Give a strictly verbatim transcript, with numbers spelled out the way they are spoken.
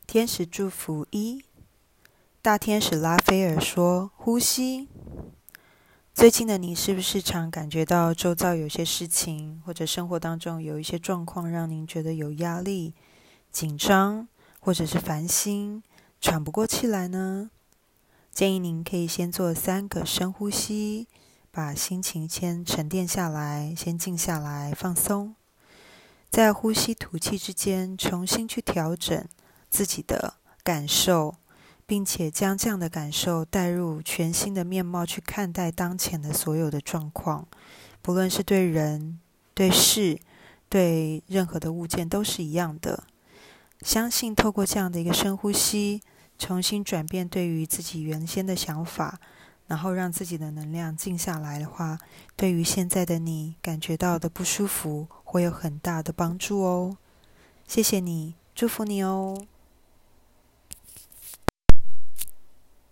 天使祝福一，大天使拉斐尔说：呼吸。最近的你是不是常感觉到周遭有些事情，或者生活当中有一些状况让您觉得有压力、紧张，或者是烦心、喘不过气来呢？建议您可以先做三个深呼吸，把心情先沉淀下来，先静下来，放松。在呼吸吐气之间，重新去调整自己的感受，并且将这样的感受带入全新的面貌去看待当前的所有的状况，不论是对人、对事、对任何的物件都是一样的。相信透过这样的一个深呼吸，重新转变对于自己原先的想法，然后让自己的能量静下来的话，对于现在的你感觉到的不舒服会有很大的帮助哦。谢谢你，祝福你哦。